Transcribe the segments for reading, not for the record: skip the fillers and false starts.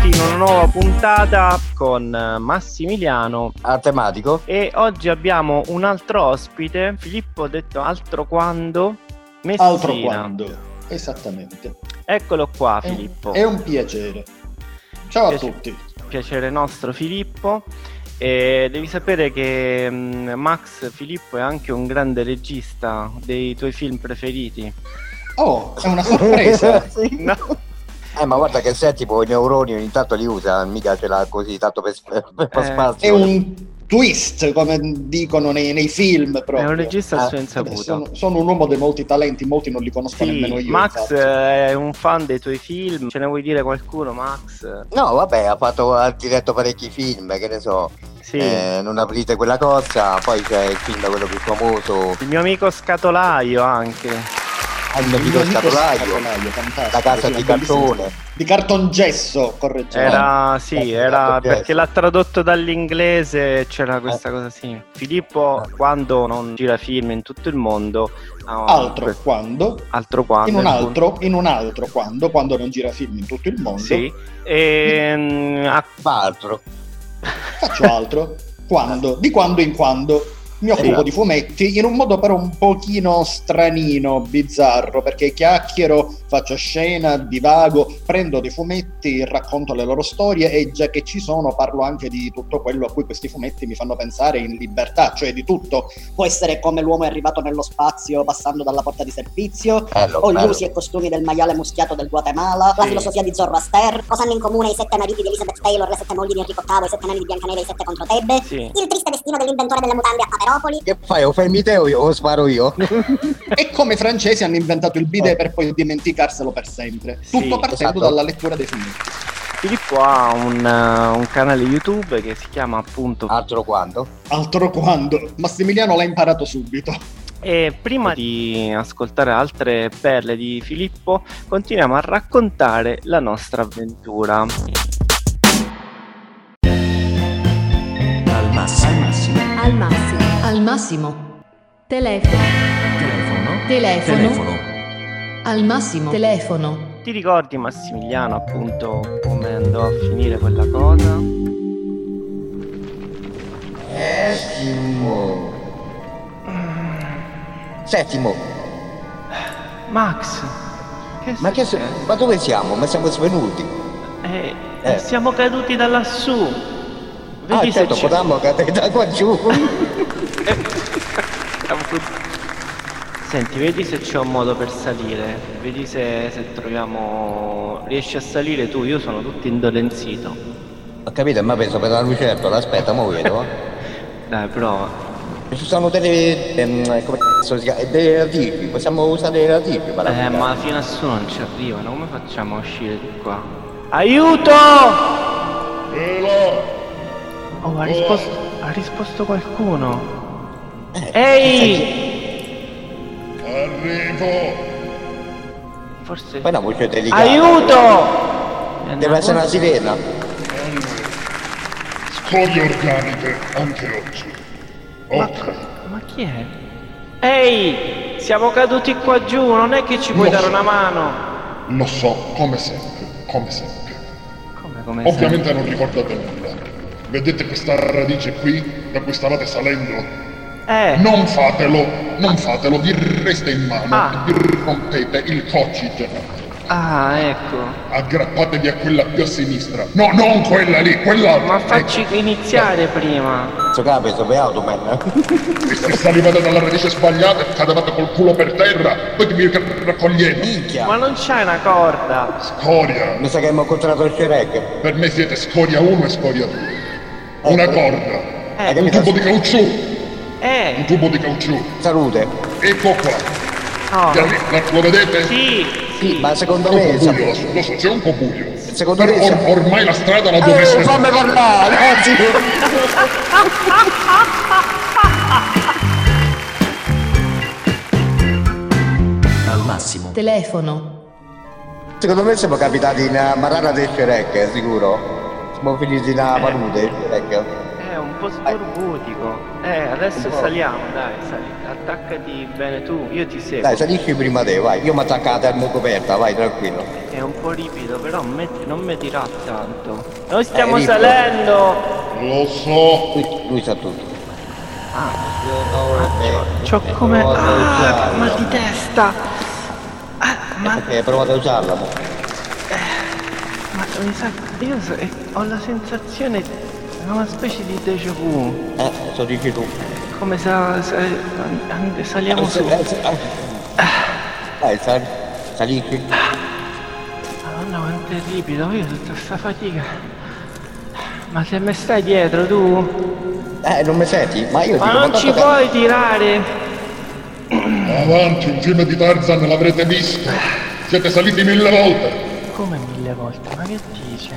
benvenuti in una nuova puntata con Massimiliano Artematico. E oggi abbiamo un altro ospite, Filippo detto Altro Quando Messina. Altro Quando, esattamente. Eccolo qua Filippo. È un piacere. Ciao a tutti. Piacere nostro Filippo. E devi sapere che Max Filippo è anche un grande regista dei tuoi film preferiti. Oh, è una sorpresa. Sì. No. Ma guarda che se tipo i neuroni ogni tanto li usa, mica ce l'ha così tanto per spazio. È un twist, come dicono nei film proprio. È un regista a sua insaputa. Sono un uomo dei molti talenti, molti non li conosco nemmeno io. Max infatti. È un fan dei tuoi film, ce ne vuoi dire qualcuno, Max? No, vabbè, ha diretto parecchi film, che ne so. Sì. Non aprite quella cosa, poi c'è il film quello più famoso. Il mio amico Scatolaio anche. Il mio amico Scatolaio, La casa di cartone. Di cartongesso, correggete. Era perché l'ha tradotto dall'inglese, c'era questa cosa sì. Filippo quando non gira film in tutto il mondo, altro quando in un altro quando non gira film in tutto il mondo. Sì. Fa altro. Faccio altro di quando in quando. Mi occupo di fumetti in un modo però un pochino stranino, bizzarro, perché chiacchiero, faccio scena, divago, prendo dei fumetti, racconto le loro storie e già che ci sono parlo anche di tutto quello a cui questi fumetti mi fanno pensare in libertà, cioè di tutto. Può essere come l'uomo è arrivato nello spazio passando dalla porta di servizio, gli usi e costumi del maiale muschiato del Guatemala, la filosofia di Zoroaster, cosa hanno in comune i 7 mariti di Elizabeth Taylor, le 7 mogli di Enrico VIII, i 7 anni di Biancaneve e i 7 contro Tebbe, il triste destino dell'inventore delle mutande a Paperopoli. Che fai, o fermi te o sparo io? E come i francesi hanno inventato il bidet per poi dimenticarselo per sempre. Tutto partendo dalla lettura dei fumetti. Filippo ha un canale YouTube che si chiama appunto Altro Quando. Massimiliano l'ha imparato subito. E prima di ascoltare altre perle di Filippo, continuiamo a raccontare la nostra avventura. Al massimo. Telefono. Al massimo. Telefono. Ti ricordi Massimiliano appunto come andò a finire quella cosa? Settimo. Max, ma dove siamo? Ma siamo svenuti. Siamo caduti da lassù. Vedi certo, potremmo cadere da qua giù. Senti, vedi se c'è un modo per salire. Vedi se troviamo. Riesci a salire tu, io sono tutto indolenzito. Ho capito, ma penso per la lucertola, aspetta, mo vedo. Dai, prova. Ci sono delle delle radici, possiamo usare le radici per ma fino a su non ci arrivano, come facciamo a uscire di qua? Aiuto! Oh, ha risposto qualcuno. Ehi! Arrivo! Forse. Poi una voce delicata. Aiuto! Deve essere una sirena. Scorie organiche anche oggi. Ma chi è? Ehi! Siamo caduti qua giù, non è che ci puoi dare una mano? Lo so, come sempre. Come Ovviamente non ricordate nulla. Vedete questa radice qui da cui stavate salendo? Non fatelo, vi resta in mano, vi rompete il coccige. Ecco. Aggrappatevi a quella più a sinistra. No, non quella lì, quella. Ma facci iniziare prima. So capo, sono Automan. E se salivate dalla radice sbagliata e cadevate col culo per terra, poi vi raccogliete. Minchia. Ma non c'è una corda. Scoria. Mi sa che abbiamo incontrato il Shrek. Per me siete scoria 1 e scoria 2. Una corda. Un tubo di caucciù. Un tubo di caucciù. Salute. Ecco qua. Lo vedete? Sì. Ma secondo me lo so, c'è un po' buio. Secondo me ormai la strada la dovreste. Fammi parlare, Al massimo. Telefono. Secondo me siamo capitati in una marana del Shrek, sicuro. Siamo finiti in una palude, Shrek. Un un po' scorbutico. Adesso saliamo, dai, attaccati bene tu, io ti seguo. Dai, salisci prima te, vai, io mi attacco alla termocoperta, vai, tranquillo. È un po' ripido, però non mi dirà tanto. Noi stiamo salendo! Lo so! Lui sa tutto. C'ho come... mal di testa! Perché hai provato a usarla, mo? Ma mi sa... Io ho la sensazione... una specie di déjà vu. So dici tu. Come se saliamo su. Dai, salisci. Madonna, quanto è ripido, io tutta sta fatica. Ma se me stai dietro tu? Non mi senti? Ma io Ma non ci puoi tirare! Avanti, un film di Tarzan l'avrete visto! Siete saliti 1000 volte! Come 1000 volte? Ma che dice?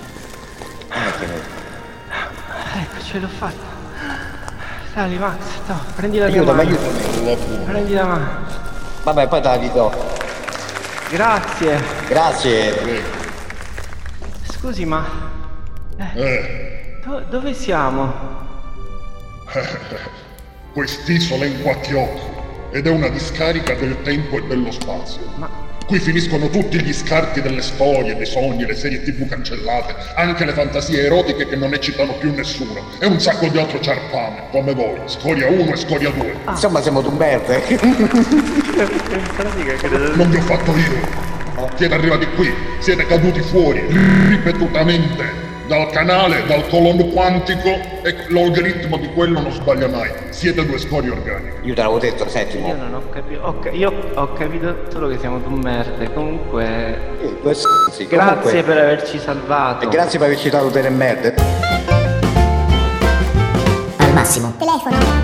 Ecco, ce l'ho fatta! Sali Max, no, prendi la mia mano! Aiutami! Prendi la mano! Vabbè, poi te la ridò! Grazie! Grazie! Scusi, ma... dove siamo? Quest'isola è in 4 occhi ed è una discarica del tempo e dello spazio. Ma... Qui finiscono tutti gli scarti delle storie, dei sogni, le serie TV cancellate, anche le fantasie erotiche che non eccitano più nessuno, e un sacco di altro ciarpame, come voi, Scoria 1 e Scoria 2. Insomma, siamo tumberte. Non vi ho fatto io. Siete arrivati qui, siete caduti fuori, ripetutamente, dal canale, dal colon quantico, e l'algoritmo di quello non sbaglia mai. Siete 2 scorie organiche. Io te l'avevo detto, Settimo. Io non ho capito. Io ho capito solo che siamo tumberte. Comunque. Sì, grazie per averci salvato. E grazie per aver citato te le merde. Al massimo. Telefono.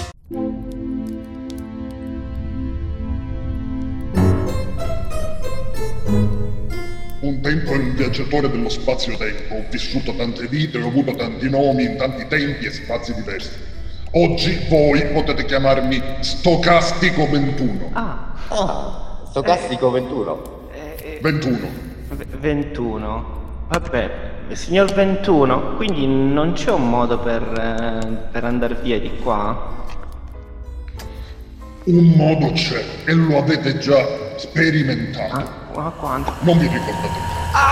Un tempo ero un viaggiatore dello spazio-tempo, ho vissuto tante vite, ho avuto tanti nomi in tanti tempi e spazi diversi. Oggi voi potete chiamarmi Stocastico 21. Stocastico 21. 21. 21. Vabbè, signor 21, quindi non c'è un modo per andare via di qua? Un modo c'è e lo avete già sperimentato. Ma quanto? Non vi ricordate?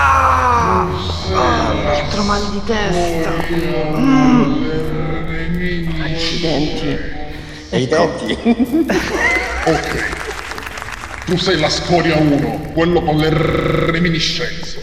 Altro mal di testa. Accidenti. E i denti? Ok. Tu sei la Scoria 1, quello con le reminiscenze.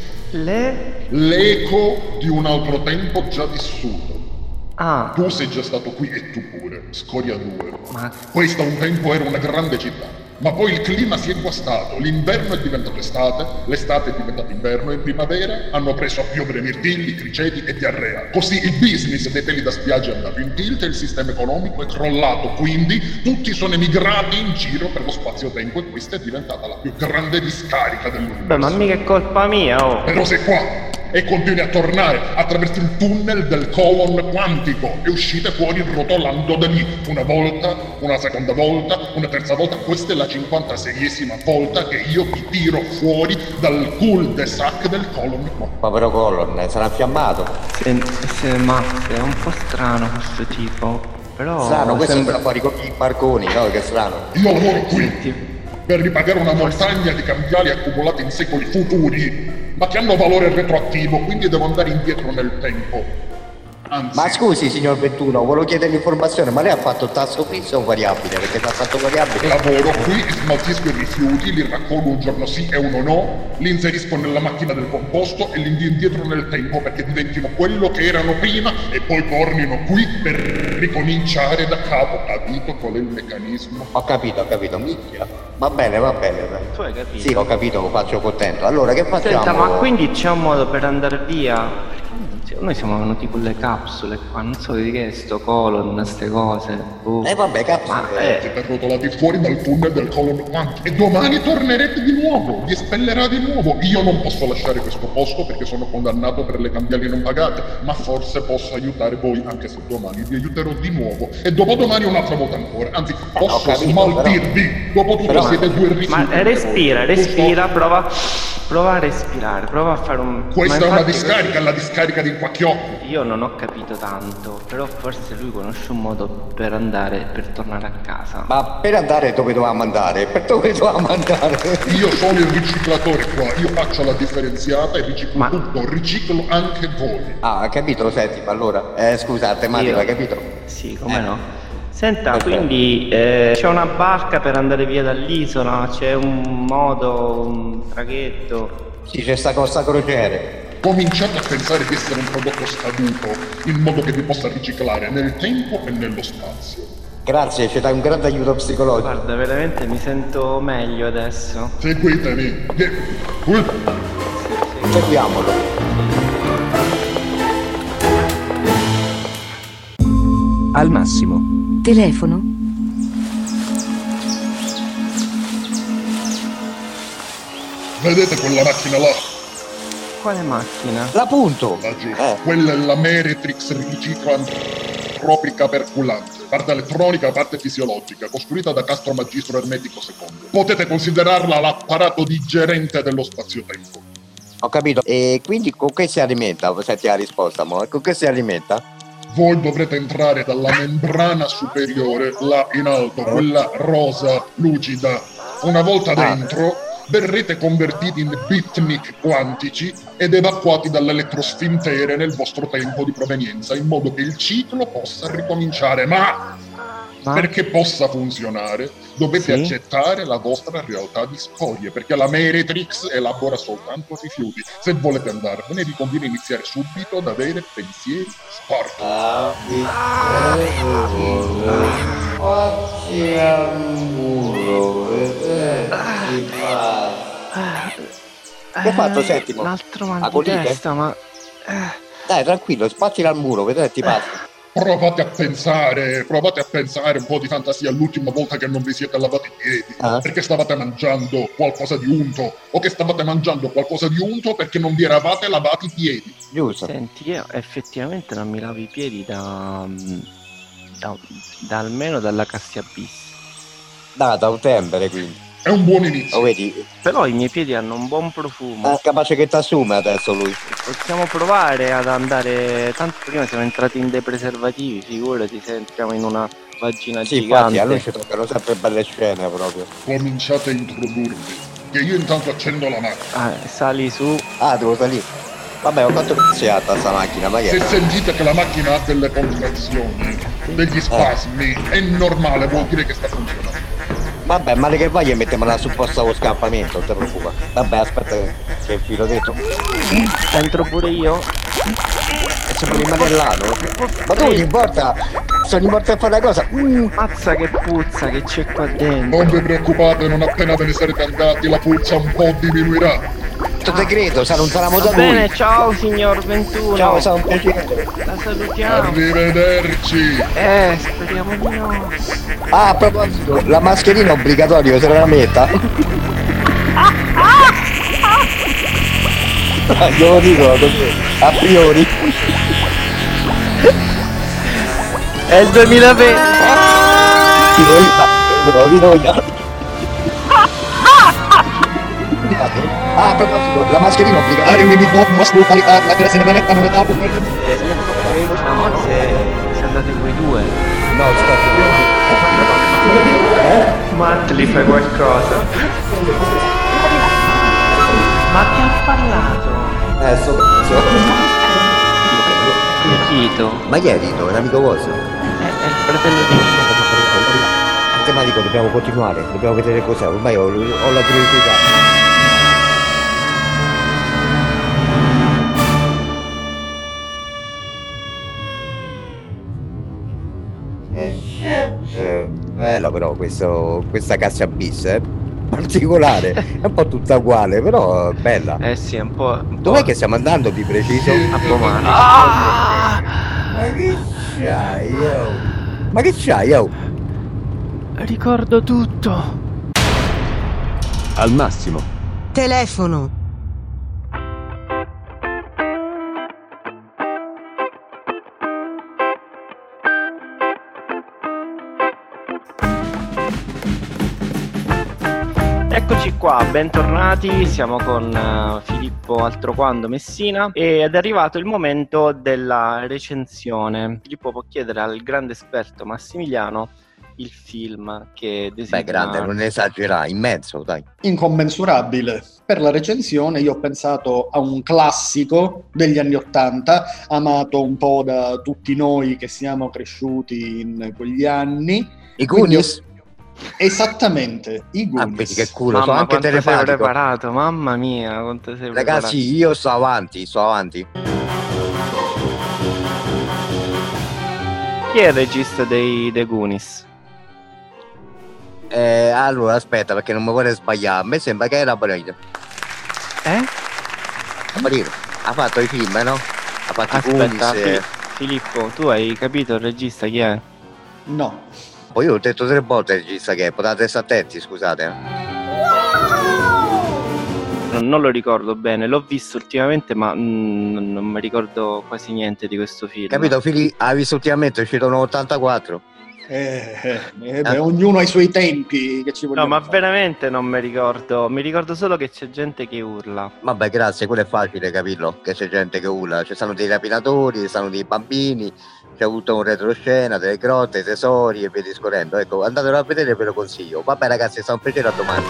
L'eco di un altro tempo già vissuto. Tu sei già stato qui e tu pure, Scoria 2. Questa un tempo era una grande città. Ma poi il clima si è guastato, l'inverno è diventato estate, l'estate è diventato inverno e in primavera hanno preso a piovere mirtilli, criceti e diarrea. Così il business dei teli da spiaggia è andato in tilt e il sistema economico è crollato, quindi tutti sono emigrati in giro per lo spazio-tempo e questa è diventata la più grande discarica dell'universo. Beh, ma mica è colpa mia, oh! Però sei qua! E continui a tornare attraverso il tunnel del colon quantico e uscite fuori rotolando da lì una volta, una seconda volta, una terza volta. Questa è la 56esima volta che io vi tiro fuori dal cul-de-sac del colon quantico. Povero colon, sarà infiammato. Max, è un po' strano questo tipo, però... Strano, questo sembra fuori con i barconi, no? Che strano. Io lavoro qui per ripagare una montagna di cambiali accumulati in secoli futuri, ma che hanno valore retroattivo, quindi devo andare indietro nel tempo. Anzi... Ma scusi, signor 21, volevo chiedere l'informazione, ma lei ha fatto tasso fisso o variabile? Perché se ha fatto variabile... Lavoro qui, smaltisco i rifiuti, li raccolgo un giorno sì e uno no, li inserisco nella macchina del composto e li invio indietro nel tempo perché diventino quello che erano prima e poi tornino qui per ricominciare da capo. Capito qual è il meccanismo? Ho capito, minchia. Va bene. Tu hai capito? Sì, ho capito, lo faccio contento. Allora, che facciamo? Senta, ma quindi c'è un modo per andare via? Noi siamo venuti con le capsule qua, non so di che, sto colon, ste cose. Vabbè, capsule. Siete rotolati fuori dal tunnel del colon quantico e domani tornerete di nuovo, vi espellerà di nuovo. Io non posso lasciare questo posto perché sono condannato per le cambiali non pagate, ma forse posso aiutare voi, anche se domani vi aiuterò di nuovo e dopodomani un'altra volta ancora. Anzi, posso smaltirvi. Dopotutto siete 2 rifiuti. Ma respira, prova. Prova a respirare, prova a fare un... Questa è una discarica, la discarica di Quacchiocco. Io non ho capito tanto, però forse lui conosce un modo per tornare a casa. Ma per andare dove dovevamo andare? Per dove dovevamo andare? Io sono il riciclatore qua, io faccio la differenziata e riciclo tutto, riciclo anche voi. Ah, capito, senti, ma allora, scusa, tematica, hai capito? Sì, come no? Senta, quindi c'è una barca per andare via dall'isola, c'è un modo, un traghetto? Sì, c'è sta Costa Crociere. Cominciate a pensare di essere un prodotto scaduto, in modo che vi possa riciclare nel tempo e nello spazio. Grazie, ci dai un grande aiuto psicologico. Guarda, veramente mi sento meglio adesso. Seguitemi. Seguiamolo. Al massimo. Telefono? Vedete quella macchina là? Quale macchina? L'appunto! Laggiù. Quella è la Meretrix riciclo-antropica perculante. Parte elettronica, parte fisiologica, costruita da Castro Magistro Ermetico II. Potete considerarla l'apparato digerente dello spazio-tempo. Ho capito. E quindi con che si alimenta? Senti la risposta, amore. Con che si alimenta? Voi dovrete entrare dalla membrana superiore, là in alto, quella rosa, lucida. Una volta dentro, verrete convertiti in bitnik quantici ed evacuati dall'elettrosfintere nel vostro tempo di provenienza, in modo che il ciclo possa ricominciare. Ma perché possa funzionare, dovete accettare la vostra realtà di scorie, perché la Meretrix elabora soltanto rifiuti. Se volete andarvene, vi conviene iniziare subito ad avere pensieri sporchi. Che hai fatto, Settimo? Un altro mal di testa, ma... Dai, tranquillo, spazzila al muro, vedete ti passa. Provate a pensare un po' di fantasia all'ultima volta che non vi siete lavati i piedi, perché stavate mangiando qualcosa di unto, o che stavate mangiando qualcosa di unto perché non vi eravate lavati i piedi. Giusto. Senti, io effettivamente non mi lavo i piedi da almeno dalla Cassia Bis. Da un tempere, quindi. È un buon inizio. Vedi? Però i miei piedi hanno un buon profumo. Capace che ti assume adesso lui. Possiamo provare ad andare. Tanto prima siamo entrati in dei preservativi, figurati se entriamo in una vagina gigante. Infatti, a noi ci toccano sempre belle scene proprio. Cominciate a introdurvi, che io intanto accendo la macchina. Sali su. Devo salire. Vabbè, ho fatto cazziata sta macchina, ma se sentite che la macchina ha delle contrazioni, degli spasmi, è normale, vuol dire che sta funzionando. Vabbè, male che vai e mettiamo la supposta allo scappamento, non ti preoccupare. Vabbè, aspetta che il filo dentro. Entro pure io? E c'è pure il madellano? Ma tu ogni volta sono morto a fare la cosa. Mazza che puzza che c'è qua dentro. Non vi preoccupate, non appena ve ne sarete andati la puzza un po' diminuirà. Te credo, non saremo da bene, ciao signor 21. Ciao, sarà un piacere. La salutiamo. Arrivederci. Speriamo di no. A proposito, la mascherina è obbligatoria, se la metta. Io lo dico così, a priori. È il 2020. A proposito, la mascherina obbligatoria. Diciamo se andate voi due. No, aspetta. Matt fai qualcosa. Ma che ha parlato? Sto cazzo. Rito. Ma chi è Rito? È un amico vostro? È il fratello di Rito. Ma dico, dobbiamo continuare, dobbiamo vedere cos'è, ormai ho la curiosità. Bella però questa Cassia Bis particolare, è un po' tutta uguale, però bella. Sì, è un po'. Dov'è che stiamo andando di preciso? A Pomare. Ma che c'hai, yo? Ricordo tutto. Al massimo. Telefono. Eccoci qua, bentornati, siamo con Filippo Altroquando Messina ed è arrivato il momento della recensione. Filippo può chiedere al grande esperto Massimiliano il film che desidera... Beh, grande, non esagera, immenso, dai. Incommensurabile. Per la recensione io ho pensato a un classico degli anni '80, amato un po' da tutti noi che siamo cresciuti in quegli anni. I Goonies? Esattamente, i Goonies. Ah, vedi che culo, Mamma, sono anche sei telepatico. preparato, mamma mia, quanto sei preparato. Ragazzi, io sto avanti. Chi è il regista dei The Goonies? Allora, aspetta, perché non mi vuole sbagliare. A me sembra che era Brito. Brito. Ha fatto i film, no? Ha fatto Aspetta, i Goonies. Filippo, tu hai capito il regista chi è? No. Poi io ho detto 3 volte il regista che è, potete stare attenti, scusate. Non lo ricordo bene, l'ho visto ultimamente, ma non mi ricordo quasi niente di questo film. Capito, Fili? Ha visto ultimamente, è uscito nell'84. Ognuno ha i suoi tempi che ci vogliono. No, ma fare. veramente non mi ricordo solo che c'è gente che urla. Vabbè, grazie, quello è facile capirlo, che c'è gente che urla, ci sono dei rapinatori, ci sono dei bambini, c'è avuto un retroscena, delle grotte, tesori e via discorrendo. Ecco, andatelo a vedere, ve lo consiglio. Vabbè ragazzi, è stato un piacere, a domani.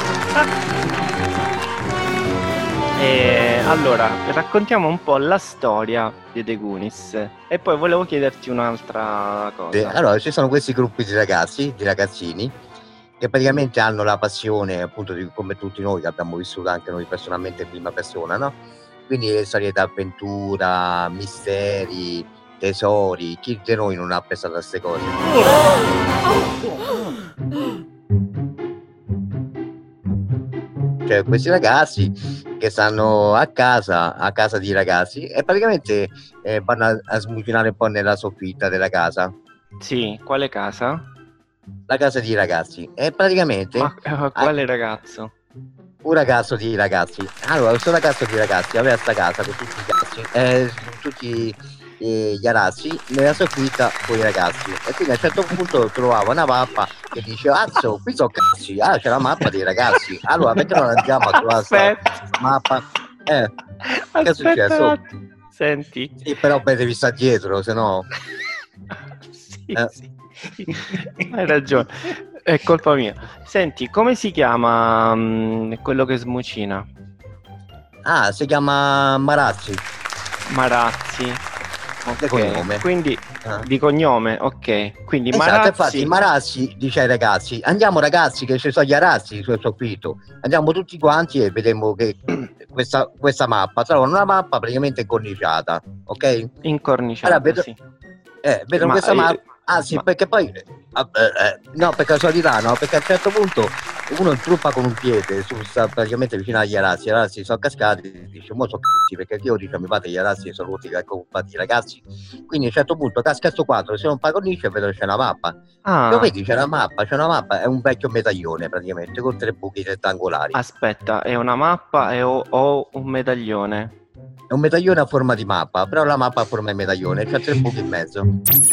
Allora, raccontiamo un po' la storia di The Goonies e poi volevo chiederti un'altra cosa. Allora, ci sono questi gruppi di ragazzi, di ragazzini, che praticamente hanno la passione, appunto, come tutti noi che abbiamo vissuto anche noi personalmente in prima persona, no? Quindi le storie d'avventura, misteri, tesori, chi di noi non ha pensato a queste cose? Cioè, questi ragazzi che stanno a casa di ragazzi e praticamente vanno a smucinare un po' nella soffitta della casa. Sì, quale casa? La casa di ragazzi. E praticamente... Ma quale ragazzo? Un ragazzo di ragazzi. Allora, questo ragazzo di ragazzi aveva sta casa con tutti i cazzi, tutti gli arazzi nella soffitta con i ragazzi. E quindi a un certo punto trovava una mappa che diceva: "Azzo, qui sono cazzi, c'è la mappa dei ragazzi. Allora perché non andiamo a trovare questa mappa?" Che è successo? Senti. Sì, però beh, devi stare dietro, se no... Sì. Hai ragione, è colpa mia. Senti, come si chiama quello che smucina? Si chiama Marazzi. Ok, cognome. Quindi di cognome, ok. Quindi esatto, Marazzi. infatti Marazzi dice ai ragazzi: "Andiamo ragazzi che ci sono gli arazzi sul soffitto, andiamo tutti quanti e vedremo che questa mappa", trovano una mappa praticamente incorniciata, ok? Incorniciata, allora, sì. Vedono questa mappa. Sì, perché poi no, per casualità, no, perché a un certo punto uno intruppa con un piede praticamente vicino agli arazzi, gli arazzi sono cascati e dice: "Mo so cazzi", perché io dico: "Mi fate gli arazzi sono rotti che occupati i ragazzi". Quindi a un certo punto casca sto quadro, se non fa cornice vedo che c'è una mappa. Lo vedi, c'è una mappa, è un vecchio medaglione praticamente con 3 buchi rettangolari. Aspetta, è una mappa o un medaglione? È un medaglione a forma di mappa, però la mappa a forma di medaglione, c'ha 3 buchi in mezzo.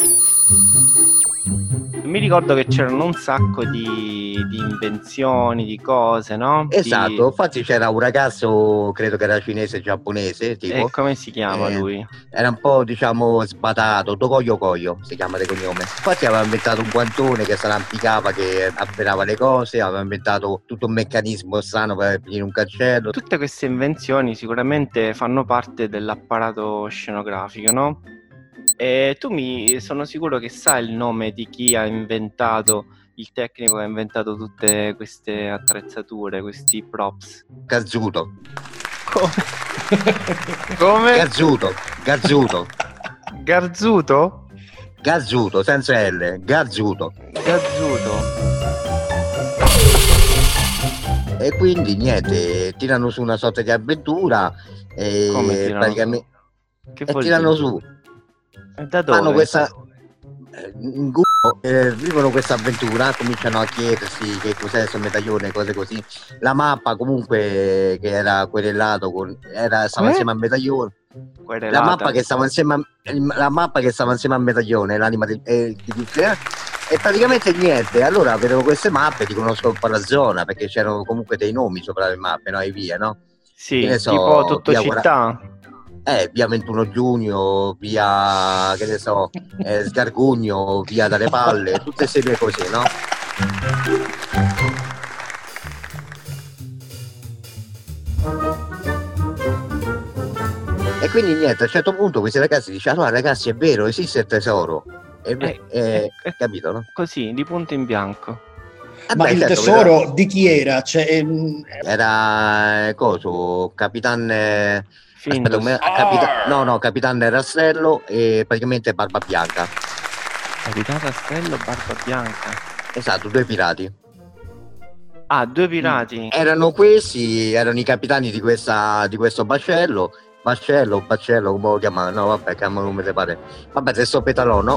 Mi ricordo che c'erano un sacco di invenzioni, di cose, no? Esatto, infatti c'era un ragazzo, credo che era cinese giapponese, tipo. E come si chiama lui? Era un po', diciamo, sbadato, Tokoyo Koyo si chiama di cognome. Infatti aveva inventato un guantone che se l'arrampicava, che afferrava le cose, aveva inventato tutto un meccanismo strano per finire un cancello. Tutte queste invenzioni sicuramente fanno parte dell'apparato scenografico, no? E tu sono sicuro che sai il nome di chi ha inventato, il tecnico che ha inventato tutte queste attrezzature, questi props? Gazzuto. Come? Gazzuto. Gazzuto, senza L, Gazzuto. E quindi niente, tirano su una sorta di avventura e come praticamente che vuol tirano dire? Su. Da dove? Fanno questa vivono questa avventura, cominciano a chiedersi che cos'è questo medaglione, cose così. La mappa comunque che era querellato stava insieme al medaglione. La mappa che stava insieme al medaglione, l'anima di E praticamente niente, allora vedevo queste mappe, ti conosco un po' la zona, perché c'erano comunque dei nomi sopra le mappe, no? E via, no? Sì, tipo tutto città. Via 21 giugno, via, che ne so, Sgargugno, via dalle Palle, tutte serie così, no? E quindi niente, a un certo punto questi ragazzi dicono, allora ragazzi è vero, esiste il tesoro. Capito, no? Così, di punto in bianco. Ma il tesoro di chi era? Era Capitan Capitan Rastrello e praticamente Barba Bianca. Capitan Rastrello, Barba Bianca. Esatto, 2 pirati. Ah, 2 pirati. Erano i capitani di questo vascello, come lo chiamano? No, vabbè, chiamano come te pare. Vabbè, se sto petalò, no?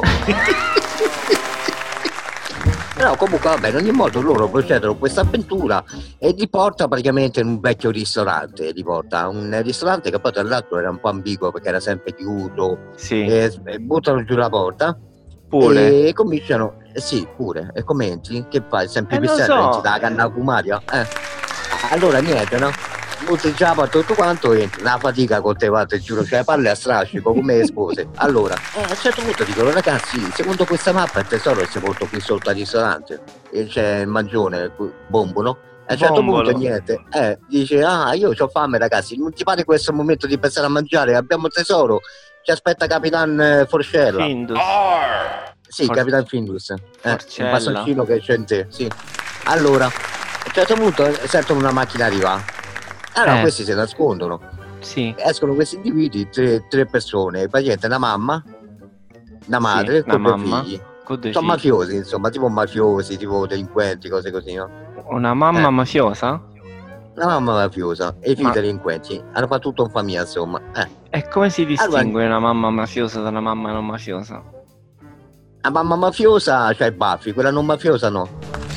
Però comunque vabbè, in ogni modo loro procedono questa avventura e li porta praticamente in un vecchio ristorante, un ristorante che poi tra l'altro era un po' ambiguo perché era sempre chiuso, e buttano giù la porta pure e cominciano, pure, e commenti, che fai, sempre pistello, da canna fumaria, allora niente, no? Butti già tutto quanto e la fatica con te, te giuro, cioè palle a strascico come spose. Allora, a un certo punto dicono ragazzi, secondo questa mappa il tesoro è sepolto qui sotto al ristorante e c'è il mangione, Bombolo. A un certo punto niente, dice io ho fame ragazzi, non ti pare questo il momento di pensare a mangiare, abbiamo il tesoro, ci aspetta Capitan Forcella. Findus. Sì, Capitan Findus, il bastoncino che c'è in te, sì. Allora, a un certo punto sentono una macchina arrivare. Allora questi si nascondono. Sì. Escono questi individui, tre persone, praticamente una mamma, una madre, con 2 figli. Sono mafiosi, insomma, tipo mafiosi, tipo delinquenti, cose così, no? Una mamma mafiosa? Una mamma mafiosa e i figli delinquenti. Hanno fatto tutto in famiglia, insomma. E come si distingue una mamma mafiosa da una mamma non mafiosa? La mamma mafiosa c'ha i baffi, quella non mafiosa no.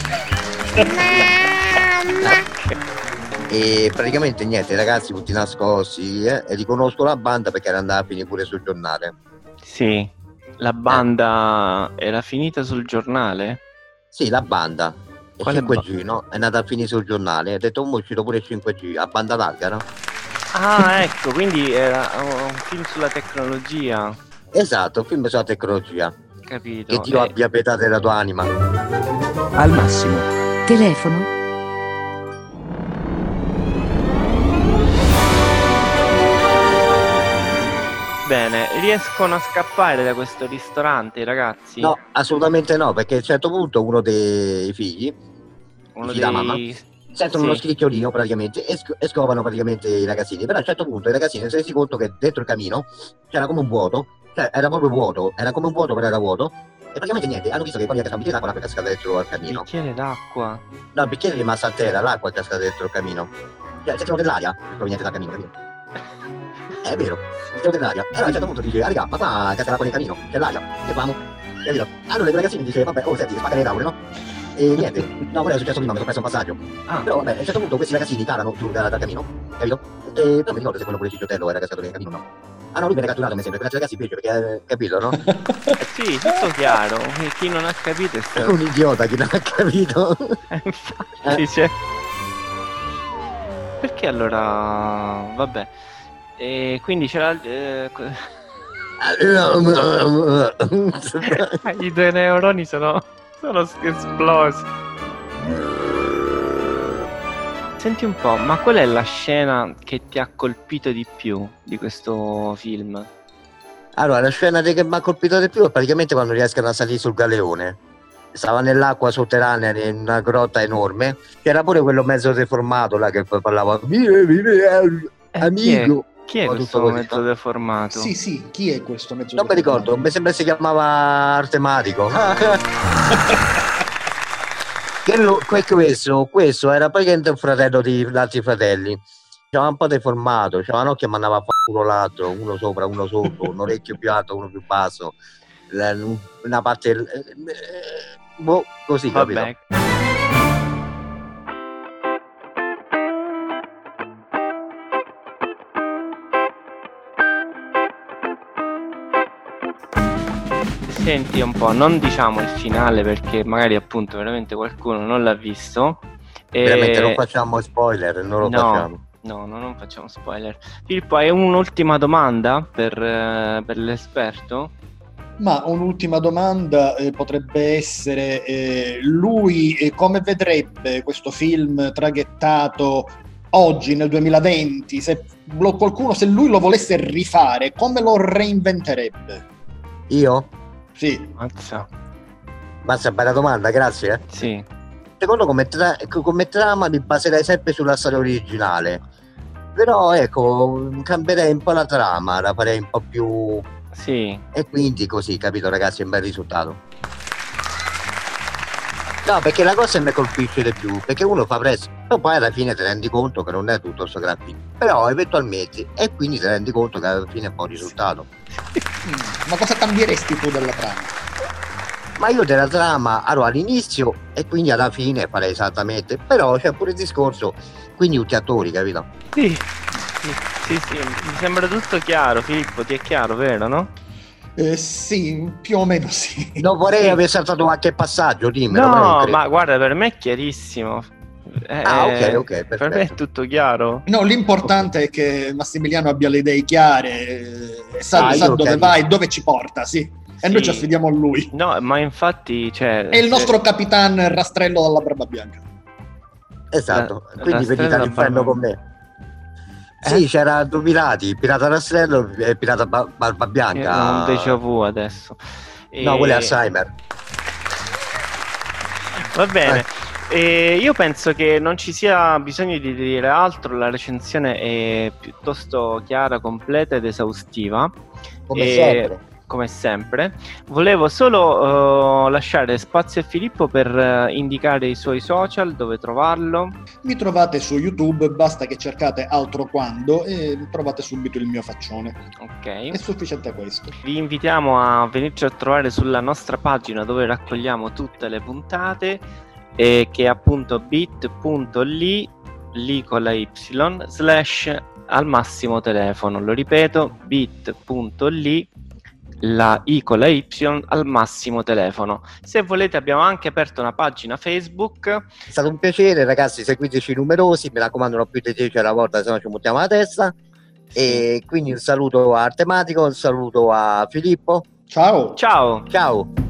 E praticamente niente, i ragazzi tutti nascosti e riconosco la banda perché era andata a finire pure sul giornale. Sì, la banda era finita sul giornale? Sì, la banda. Il 5G, no? È andata a finire sul giornale. Ha detto, è uscito pure il 5G, a banda larga, no? Ah, ecco, quindi era un film sulla tecnologia. Esatto, un film sulla tecnologia. Capito. Che Dio abbia pietà della tua anima. Al massimo. Telefono. Bene, riescono a scappare da questo ristorante i ragazzi? No, assolutamente no, perché a un certo punto uno dei figli, della mamma, sentono uno scricchiolino praticamente e scopano praticamente i ragazzini. Però a un certo punto i ragazzini si resi conto che dentro il camino c'era come un vuoto, cioè era proprio vuoto, era come un vuoto però era vuoto. E praticamente niente, hanno visto che poi c'era un bicchiere d'acqua, l'acqua è cascata dentro al camino. Bicchiere d'acqua? No, il bicchiere è rimasto a terra, l'acqua è cascata dentro il camino. Cioè, sentono dell'aria proveniente dal camino, capito? È vero, sentono dell'aria. E allora a un certo punto dice, raga, ma qua casca l'acqua nel camino, c'è l'aria, che famo? Capito? Allora i ragazzini dice, vabbè, senti, spacca le tavole, no? E niente, no, quello è successo prima, mi sono perso un passaggio. Però vabbè, a un certo punto questi ragazzini calano giù dal camino, capito? E non mi ricordo se quello pure Cicciottello era cascato nel camino o no. Ah no, lui viene catturato, mi sembra, grazie ragazzi invece, perché capito, no? Sì, tutto chiaro, chi non ha capito è stato... È un idiota, chi non ha capito. Infatti, cioè... Perché allora... vabbè... E quindi c'era... I 2 neuroni sono esplosi. Senti un po', ma qual è la scena che ti ha colpito di più di questo film? Allora, la scena che mi ha colpito di più è praticamente quando riescono a salire sul galeone. Stava nell'acqua sotterranea in una grotta enorme. C'era pure quello mezzo deformato là che parlava amico. Chi è questo mezzo deformato? Sì, chi è questo mezzo non deformato? Mi ricordo, mi sembra si chiamava Artematico. Questo era praticamente un fratello di altri fratelli. C'era un po' deformato, c'era un occhio che mandava a fare culo l'altro, uno sopra, uno sotto, un orecchio più alto, uno più basso, una parte così, vabbè. Capito? Senti un po', non diciamo il finale perché magari appunto veramente qualcuno non l'ha visto. Veramente non facciamo spoiler, non lo facciamo. No, non facciamo spoiler. Filippo, hai un'ultima domanda per l'esperto? Ma un'ultima domanda potrebbe essere lui come vedrebbe questo film traghettato oggi nel 2020? Se lui lo volesse rifare, come lo reinventerebbe? Io? Sì. Mazza, bella domanda, grazie. Sì. Secondo come trama mi baserei sempre sulla storia originale, però ecco, cambierei un po' la trama, la farei un po' più... Sì. E quindi così, capito ragazzi, è un bel risultato. No, perché la cosa mi colpisce di più, perché uno fa presto, poi alla fine ti rendi conto che non è tutto sto gran film, però eventualmente, e quindi ti rendi conto che alla fine è un po' risultato. Ma cosa cambieresti tu della trama? Ma io della trama, allora all'inizio e quindi alla fine farei esattamente, però c'è pure il discorso, quindi tutti attori, capito? Sì, mi sembra tutto chiaro, Filippo, ti è chiaro, vero, no? Sì, più o meno sì. Non vorrei aver saltato qualche passaggio, dimmelo. No, ma guarda, per me è chiarissimo. Ok, perfetto. Per me è tutto chiaro. No, l'importante è che Massimiliano abbia le idee chiare, sa dove vai, dove ci porta, sì. E noi ci affidiamo a lui. No, ma infatti, cioè, è il nostro capitan Rastrello dalla Barba Bianca. Esatto, quindi venite all'inferno con me. Sì, c'era due pirati, Pirata Rastrello e Pirata Barba Bianca. Un déjà vu adesso. No, quello è Alzheimer. Va bene. Io penso che non ci sia bisogno di dire altro, la recensione è piuttosto chiara, completa ed esaustiva. Come sempre. Volevo solo lasciare spazio a Filippo per indicare i suoi social, dove trovarlo. Mi trovate su YouTube, basta che cercate Altro Quando e trovate subito il mio faccione. Ok. È sufficiente questo. Vi invitiamo a venirci a trovare sulla nostra pagina dove raccogliamo tutte le puntate, che è appunto bit.ly con la y / al massimo telefono. Lo ripeto, bit.ly la I con la Y al massimo telefono. Se volete abbiamo anche aperto una pagina Facebook. È stato un piacere ragazzi, seguiteci numerosi, mi raccomando non più di 10 alla volta, se no ci montiamo la testa. E quindi un saluto a Artematico, un saluto a Filippo. Ciao. Ciao.